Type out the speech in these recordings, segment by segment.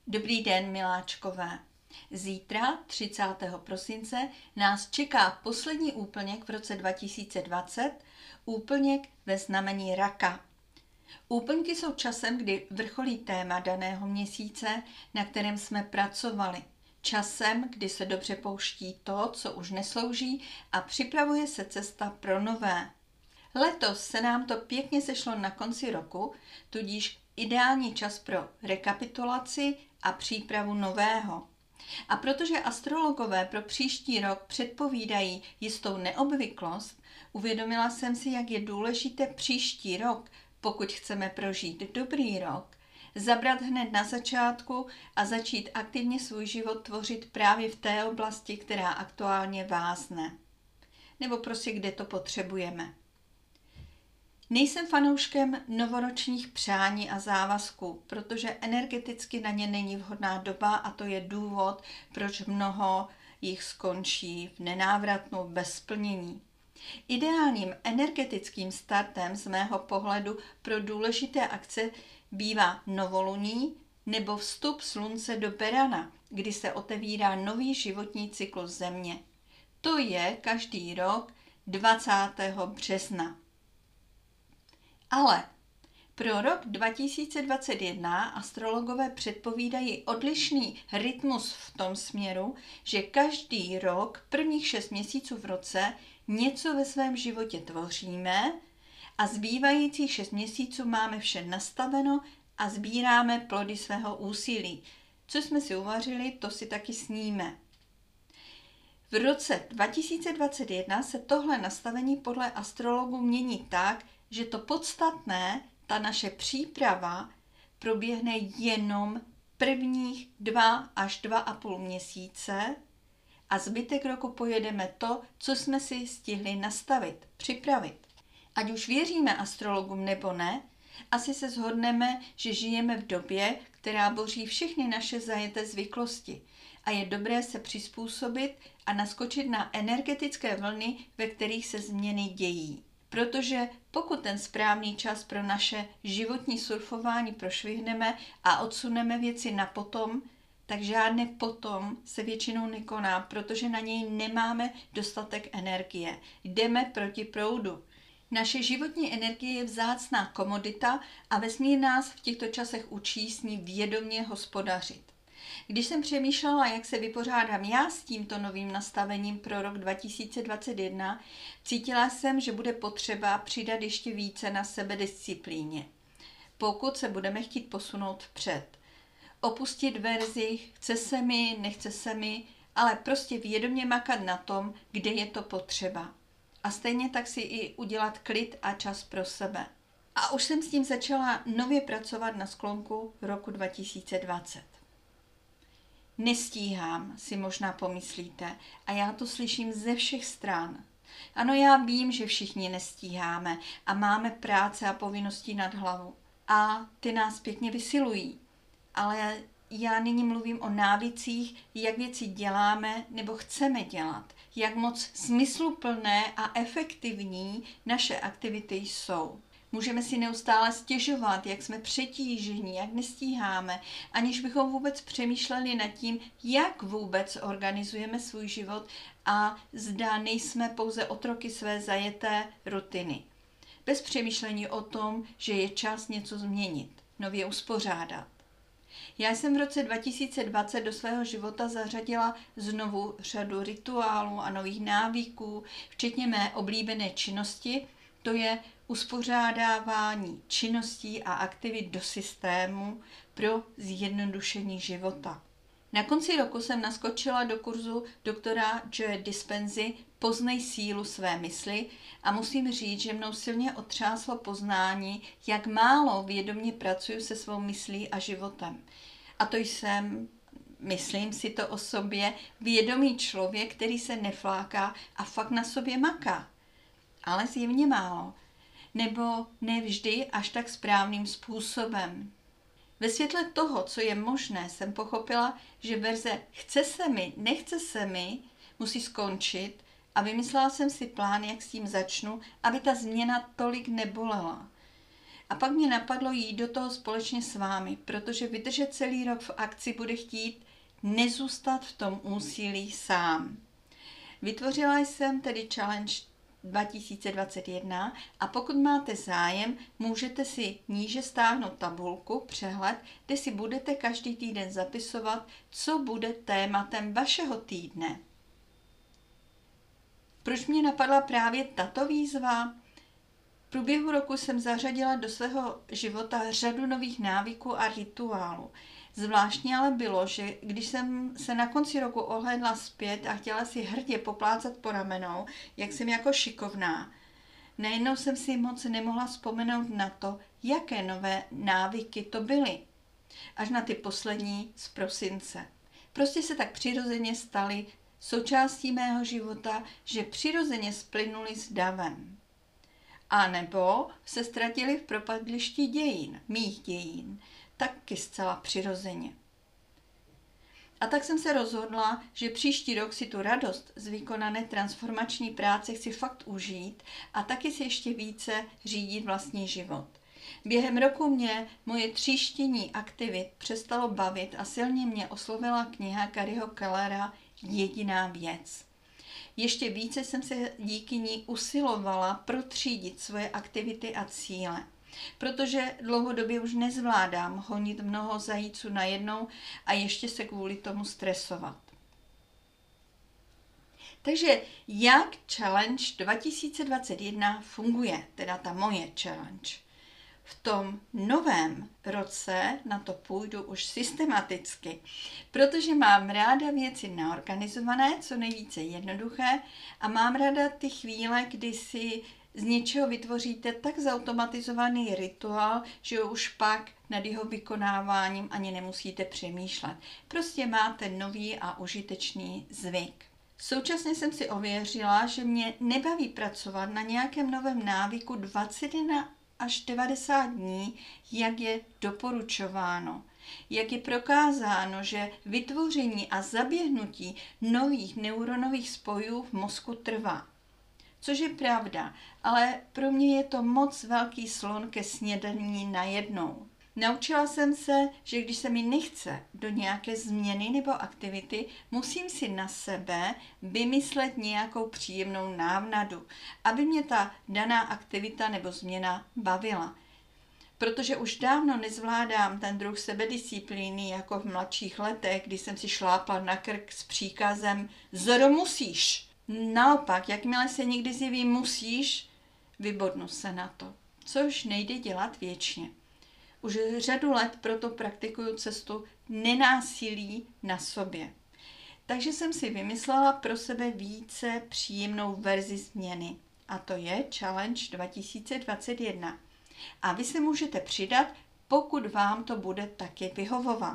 Dobrý den, miláčkové. Zítra, 30. prosince, nás čeká poslední úplněk v roce 2020, úplněk ve znamení raka. Úplňky jsou časem, kdy vrcholí téma daného měsíce, na kterém jsme pracovali. Časem, kdy se dobře pouští to, co už neslouží a připravuje se cesta pro nové. Letos se nám to pěkně sešlo na konci roku, tudíž ideální čas pro rekapitulaci a přípravu nového. A protože astrologové pro příští rok předpovídají jistou neobvyklost, uvědomila jsem si, jak je důležité příští rok, pokud chceme prožít dobrý rok, zabrat hned na začátku a začít aktivně svůj život tvořit právě v té oblasti, která aktuálně vázne. Nebo prostě kde to potřebujeme. Nejsem fanouškem novoročních přání a závazků, protože energeticky na ně není vhodná doba a to je důvod, proč mnoho jich skončí v nenávratnou bez splnění. Ideálním energetickým startem z mého pohledu pro důležité akce bývá novoluní nebo vstup slunce do Berana, kdy se otevírá nový životní cyklus Země. To je každý rok 20. března. Ale pro rok 2021 astrologové předpovídají odlišný rytmus v tom směru, že každý rok, prvních 6 měsíců v roce, něco ve svém životě tvoříme a zbývajících 6 měsíců máme vše nastaveno a sbíráme plody svého úsilí. Co jsme si uvařili, to si taky sníme. V roce 2021 se tohle nastavení podle astrologů mění tak, že to podstatné, ta naše příprava, proběhne jenom prvních 2 až 2,5 měsíce a zbytek roku pojedeme to, co jsme si stihli nastavit, připravit. Ať už věříme astrologům nebo ne, asi se shodneme, že žijeme v době, která boří všechny naše zajeté zvyklosti a je dobré se přizpůsobit a naskočit na energetické vlny, ve kterých se změny dějí. Protože pokud ten správný čas pro naše životní surfování prošvihneme a odsuneme věci na potom, tak žádné potom se většinou nekoná, protože na něj nemáme dostatek energie. Jdeme proti proudu. Naše životní energie je vzácná komodita a vesmír nás v těchto časech učí s ní vědomě hospodařit. Když jsem přemýšlela, jak se vypořádám já s tímto novým nastavením pro rok 2021, cítila jsem, že bude potřeba přidat ještě více na sebedisciplíně, pokud se budeme chtít posunout vpřed. Opustit verzi chce se mi, nechce se mi, ale prostě vědomě makat na tom, kde je to potřeba. A stejně tak si i udělat klid a čas pro sebe. A už jsem s tím začala nově pracovat na sklonku roku 2020. Nestíhám, si možná pomyslíte, a já to slyším ze všech stran. Ano, já vím, že všichni nestíháme a máme práce a povinnosti nad hlavu. A ty nás pěkně vysilují. Ale já nyní mluvím o návicích, jak věci děláme nebo chceme dělat. Jak moc smysluplné a efektivní naše aktivity jsou. Můžeme si neustále stěžovat, jak jsme přetížení, jak nestíháme, aniž bychom vůbec přemýšleli nad tím, jak vůbec organizujeme svůj život a zda nejsme pouze otroky své zajeté rutiny. Bez přemýšlení o tom, že je čas něco změnit, nově uspořádat. Já jsem v roce 2020 do svého života zařadila znovu řadu rituálů a nových návyků, včetně mé oblíbené činnosti, to je uspořádávání činností a aktivit do systému pro zjednodušení života. Na konci roku jsem naskočila do kurzu doktora Joe Dispensy Poznej sílu své mysli a musím říct, že mnou silně otřáslo poznání, jak málo vědomě pracuji se svou myslí a životem. A to jsem, myslím si to o sobě, vědomý člověk, který se nefláká a fakt na sobě maká. Ale zjevně málo. Nebo nevždy až tak správným způsobem. Ve světle toho, co je možné, jsem pochopila, že verze chce se mi, nechce se mi, musí skončit a vymyslela jsem si plán, jak s tím začnu, aby ta změna tolik nebolela. A pak mě napadlo jít do toho společně s vámi, protože vydržet celý rok v akci bude chtít nezůstat v tom úsilí sám. Vytvořila jsem tedy challenge 2021 a pokud máte zájem, můžete si níže stáhnout tabulku, přehled, kde si budete každý týden zapisovat, co bude tématem vašeho týdne. Proč mě napadla právě tato výzva? V průběhu roku jsem zařadila do svého života řadu nových návyků a rituálů. Zvláštní ale bylo, že když jsem se na konci roku ohlédla zpět a chtěla si hrdě poplácat po ramenou, jak jsem jako šikovná, najednou jsem si moc nemohla vzpomenout na to, jaké nové návyky to byly. Až na ty poslední z prosince. Prostě se tak přirozeně staly součástí mého života, že přirozeně splynuly s davem. A nebo se ztratili v propadlišti dějin, mých dějin, taky zcela přirozeně. A tak jsem se rozhodla, že příští rok si tu radost z vykonané transformační práce chci fakt užít a taky si ještě více řídit vlastní život. Během roku mě moje tříštění aktivit přestalo bavit a silně mě oslovila kniha Garyho Kellera Jediná věc. Ještě více jsem se díky ní usilovala protřídit svoje aktivity a cíle, protože dlouhodobě už nezvládám honit mnoho zajíců najednou a ještě se kvůli tomu stresovat. Takže jak challenge 2021 funguje, teda ta moje challenge? V tom novém roce na to půjdu už systematicky, protože mám ráda věci naorganizované, co nejvíce jednoduché a mám ráda ty chvíle, kdy si z něčeho vytvoříte tak zautomatizovaný rituál, že už pak nad jeho vykonáváním ani nemusíte přemýšlet. Prostě máte nový a užitečný zvyk. Současně jsem si ověřila, že mě nebaví pracovat na nějakém novém návyku 21 až 90 dní, jak je doporučováno. Jak je prokázáno, že vytvoření a zaběhnutí nových neuronových spojů v mozku trvá. Což je pravda, ale pro mě je to moc velký slon ke snědaní najednou. Naučila jsem se, že když se mi nechce do nějaké změny nebo aktivity, musím si na sebe vymyslet nějakou příjemnou návnadu, aby mě ta daná aktivita nebo změna bavila. Protože už dávno nezvládám ten druh sebedisciplíny jako v mladších letech, kdy jsem si šlápla na krk s příkazem "Zoro musíš". Naopak, jakmile se někdy zjeví musíš, vybodnu se na to, což nejde dělat věčně. Už řadu let proto praktikuju cestu nenásilí na sobě. Takže jsem si vymyslela pro sebe více příjemnou verzi změny. A to je Challenge 2021. A vy se můžete přidat, pokud vám to bude taky vyhovovat.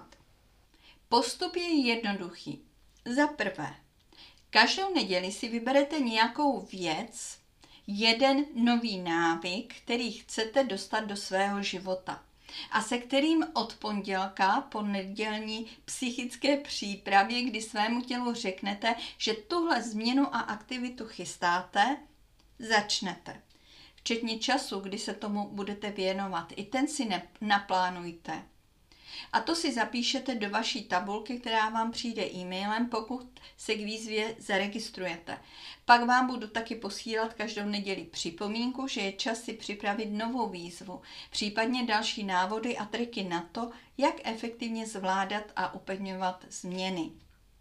Postup je jednoduchý. Za prvé, každou neděli si vyberete nějakou věc, jeden nový návyk, který chcete dostat do svého života a se kterým od pondělka po nedělní psychické přípravě, kdy svému tělu řeknete, že tuhle změnu a aktivitu chystáte, začnete. Včetně času, kdy se tomu budete věnovat. I ten si naplánujte. A to si zapíšete do vaší tabulky, která vám přijde e-mailem, pokud se k výzvě zaregistrujete. Pak vám budu taky posílat každou neděli připomínku, že je čas si připravit novou výzvu, případně další návody a triky na to, jak efektivně zvládat a upevňovat změny.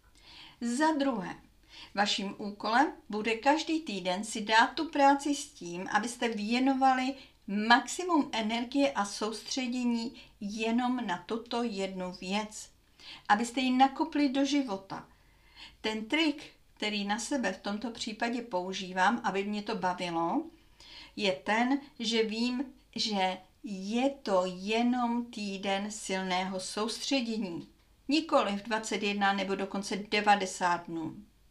Za druhé, vaším úkolem bude každý týden si dát tu práci s tím, abyste věnovali maximum energie a soustředění jenom na tuto jednu věc, abyste ji nakopli do života. Ten trik, který na sebe v tomto případě používám, aby mě to bavilo, je ten, že vím, že je to jenom týden silného soustředění, nikoliv 21 nebo dokonce 90 dnů.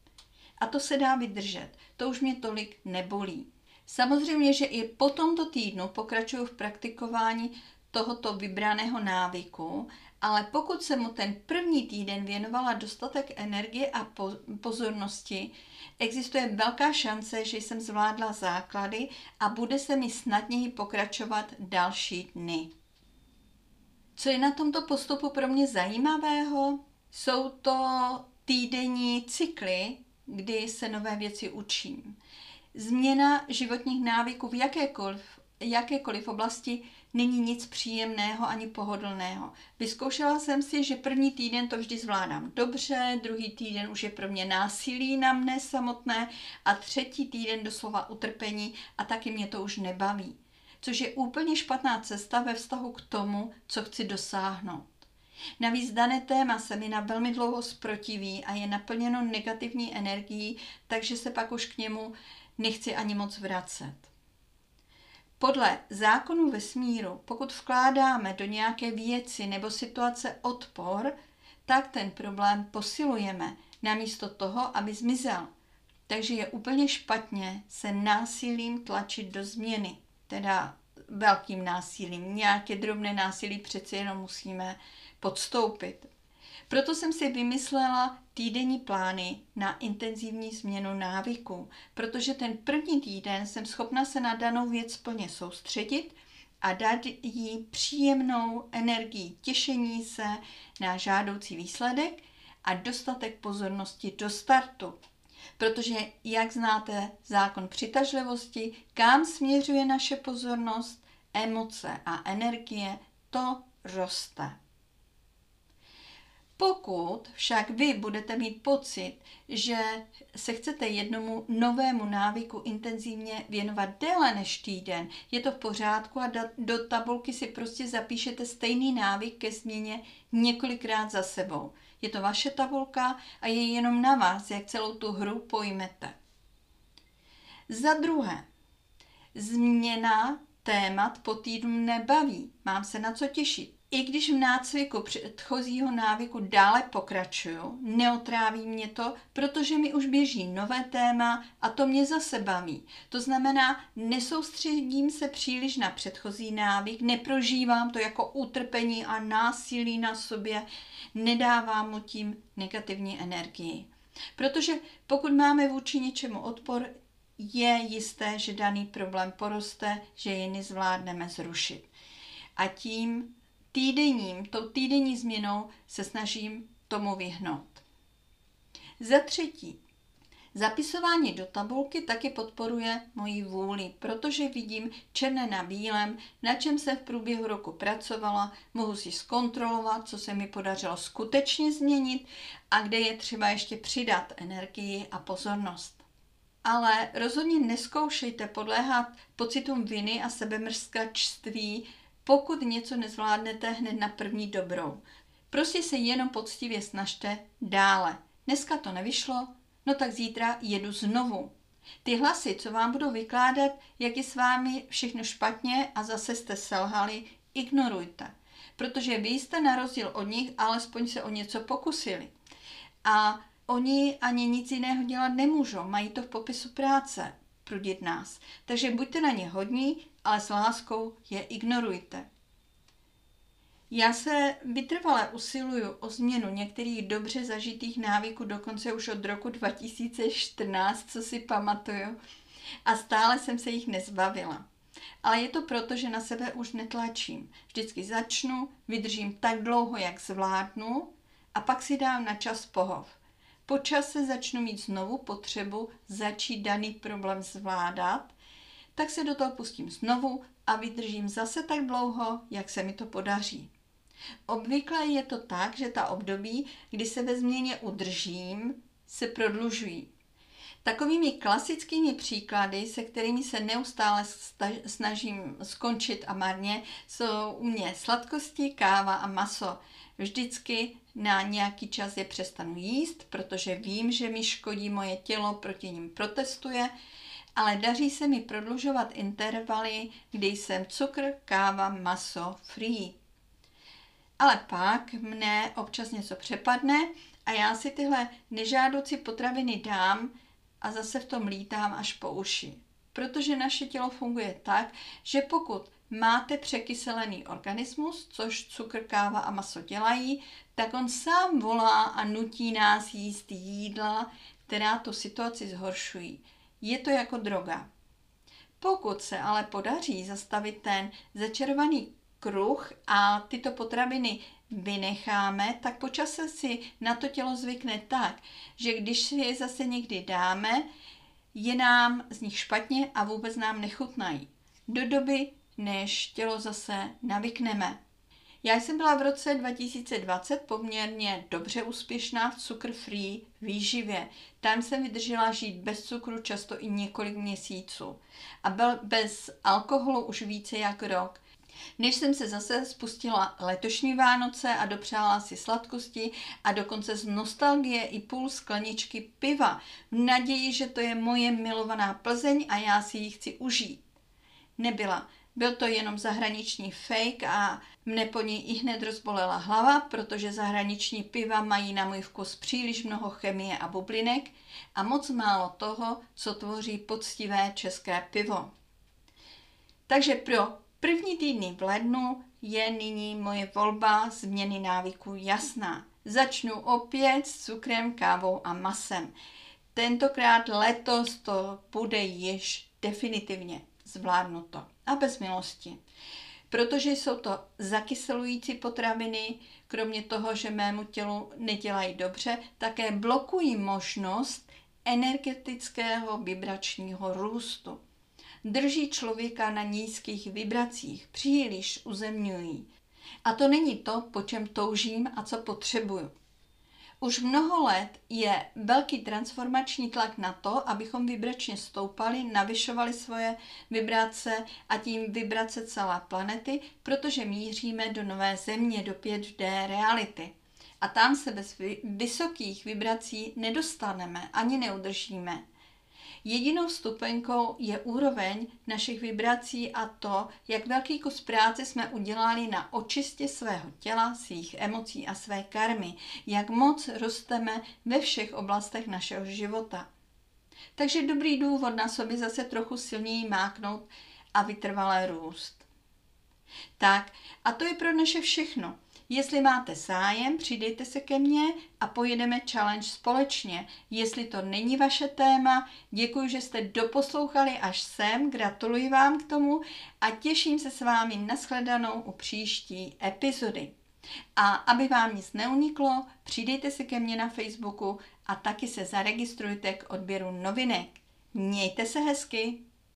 A to se dá vydržet, to už mě tolik nebolí. Samozřejmě, že i po tomto týdnu pokračuju v praktikování tohoto vybraného návyku, Ale pokud jsem mu ten první týden věnovala dostatek energie a pozornosti, existuje velká šance, že jsem zvládla základy a bude se mi snadněji pokračovat další dny. Co je na tomto postupu pro mě zajímavého? Jsou to týdenní cykly, kdy se nové věci učím. Změna životních návyků v jakékoliv oblasti není nic příjemného ani pohodlného. Vyzkoušela jsem si, že první týden to vždy zvládám dobře, druhý týden už je pro mě násilí na mne samotné a třetí týden doslova utrpení a taky mě to už nebaví. Což je úplně špatná cesta ve vztahu k tomu, co chci dosáhnout. Navíc dané téma se mi na velmi dlouho zprotiví a je naplněno negativní energií, takže se pak už k němu nechci ani moc vracet. Podle zákonů vesmíru, pokud vkládáme do nějaké věci nebo situace odpor, tak ten problém posilujeme, namísto toho, aby zmizel. Takže je úplně špatně se násilím tlačit do změny, teda velkým násilím. Nějaké drobné násilí přeci jenom musíme podstoupit. Proto jsem si vymyslela týdenní plány na intenzivní změnu návyků, protože ten první týden jsem schopna se na danou věc plně soustředit a dát jí příjemnou energii těšení se na žádoucí výsledek a dostatek pozornosti do startu. Protože, jak znáte zákon přitažlivosti, kam směřuje naše pozornost, emoce a energie, to roste. Pokud však vy budete mít pocit, že se chcete jednomu novému návyku intenzivně věnovat déle než týden, je to v pořádku a do tabulky si prostě zapíšete stejný návyk ke změně několikrát za sebou. Je to vaše tabulka a je jenom na vás, jak celou tu hru pojmete. Za druhé, změna témat po týdnu nebaví, mám se na co těšit. I když v nácviku předchozího návyku dále pokračuju, neotráví mě to, protože mi už běží nové téma a to mě zase baví. To znamená, nesoustředím se příliš na předchozí návyk, neprožívám to jako utrpení a násilí na sobě, nedávám mu tím negativní energii. Protože pokud máme vůči něčemu odpor, je jisté, že daný problém poroste, že jej nezvládneme zrušit. A tím tou týdenní změnou se snažím tomu vyhnout. Za třetí, zapisování do tabulky taky podporuje moji vůli, protože vidím černé na bílém, na čem jsem v průběhu roku pracovala, mohu si zkontrolovat, co se mi podařilo skutečně změnit a kde je třeba ještě přidat energii a pozornost. Ale rozhodně nezkoušejte podléhat pocitům viny a sebemrskačství, pokud něco nezvládnete hned na první dobrou. Prostě se jenom poctivě snažte dále. Dneska to nevyšlo, no tak zítra jedu znovu. Ty hlasy, co vám budou vykládat, jak je s vámi všechno špatně a zase jste selhali, ignorujte. Protože vy jste na rozdíl od nich alespoň se o něco pokusili. A oni ani nic jiného dělat nemůžou, mají to v popisu práce, prudit nás. Takže buďte na ně hodní, ale s láskou je ignorujte. Já se vytrvale usiluju o změnu některých dobře zažitých návyků dokonce už od roku 2014, co si pamatuju, a stále jsem se jich nezbavila. Ale je to proto, že na sebe už netlačím. Vždycky začnu, vydržím tak dlouho, jak zvládnu a pak si dám na čas pohov. Po čase začnu mít znovu potřebu začít daný problém zvládat, tak se do toho pustím znovu a vydržím zase tak dlouho, jak se mi to podaří. Obvykle je to tak, že ta období, kdy se ve změně udržím, se prodlužují. Takovými klasickými příklady, se kterými se neustále snažím skončit a marně, jsou u mě sladkosti, káva a maso. Vždycky na nějaký čas je přestanu jíst, protože vím, že mi škodí, moje tělo proti nim protestuje, ale daří se mi prodlužovat intervaly, kdy jsem cukr, káva, maso free. Ale pak mne občas něco přepadne a já si tyhle nežádoucí potraviny dám a zase v tom lítám až po uši. Protože naše tělo funguje tak, že pokud máte překyselený organismus, což cukr, káva a maso dělají, tak on sám volá a nutí nás jíst jídla, která tu situaci zhoršují. Je to jako droga. Pokud se ale podaří zastavit ten začarovaný kruh a tyto potraviny vynecháme, tak po čase si na to tělo zvykne tak, že když si je zase někdy dáme, je nám z nich špatně a vůbec nám nechutnají. Do doby, než tělo zase navykneme. Já jsem byla v roce 2020 poměrně dobře úspěšná v cukr-free výživě. Tam jsem vydržela žít bez cukru často i několik měsíců. A bez alkoholu už více jak rok. Než jsem se zase spustila letošní Vánoce a dopřála si sladkosti a dokonce z nostalgie i půl skleničky piva v naději, že to je moje milovaná Plzeň a já si ji chci užít. Nebyla. Byl to jenom zahraniční fake a mne po něj ihned rozbolela hlava, protože zahraniční piva mají na můj vkus příliš mnoho chemie a bublinek a moc málo toho, co tvoří poctivé české pivo. Takže pro první týdny v lednu je nyní moje volba změny návyků jasná. Začnu opět s cukrem, kávou a masem. Tentokrát letos to bude již definitivně zvládnuto a bez milosti. Protože jsou to zakyselující potraviny, kromě toho, že mému tělu nedělají dobře, také blokují možnost energetického vibračního růstu. Drží člověka na nízkých vibracích, příliš uzemňují. A to není to, po čem toužím a co potřebuju. Už mnoho let je velký transformační tlak na to, abychom vibračně stoupali, navyšovali svoje vibrace a tím vibrace celé planety, protože míříme do nové země, do 5D reality. A tam se bez vysokých vibrací nedostaneme, ani neudržíme. Jedinou stupenkou je úroveň našich vibrací a to, jak velký kus práce jsme udělali na očistě svého těla, svých emocí a své karmy, jak moc rosteme ve všech oblastech našeho života. Takže dobrý důvod na sobě zase trochu silněji máknout a vytrvalé růst. Tak a to je pro naše všechno. Jestli máte zájem, přidejte se ke mně a pojedeme challenge společně. Jestli to není vaše téma, děkuji, že jste doposlouchali až sem, gratuluji vám k tomu a těším se s vámi na shledanou u příští epizody. A aby vám nic neuniklo, přidejte se ke mně na Facebooku a taky se zaregistrujte k odběru novinek. Mějte se hezky!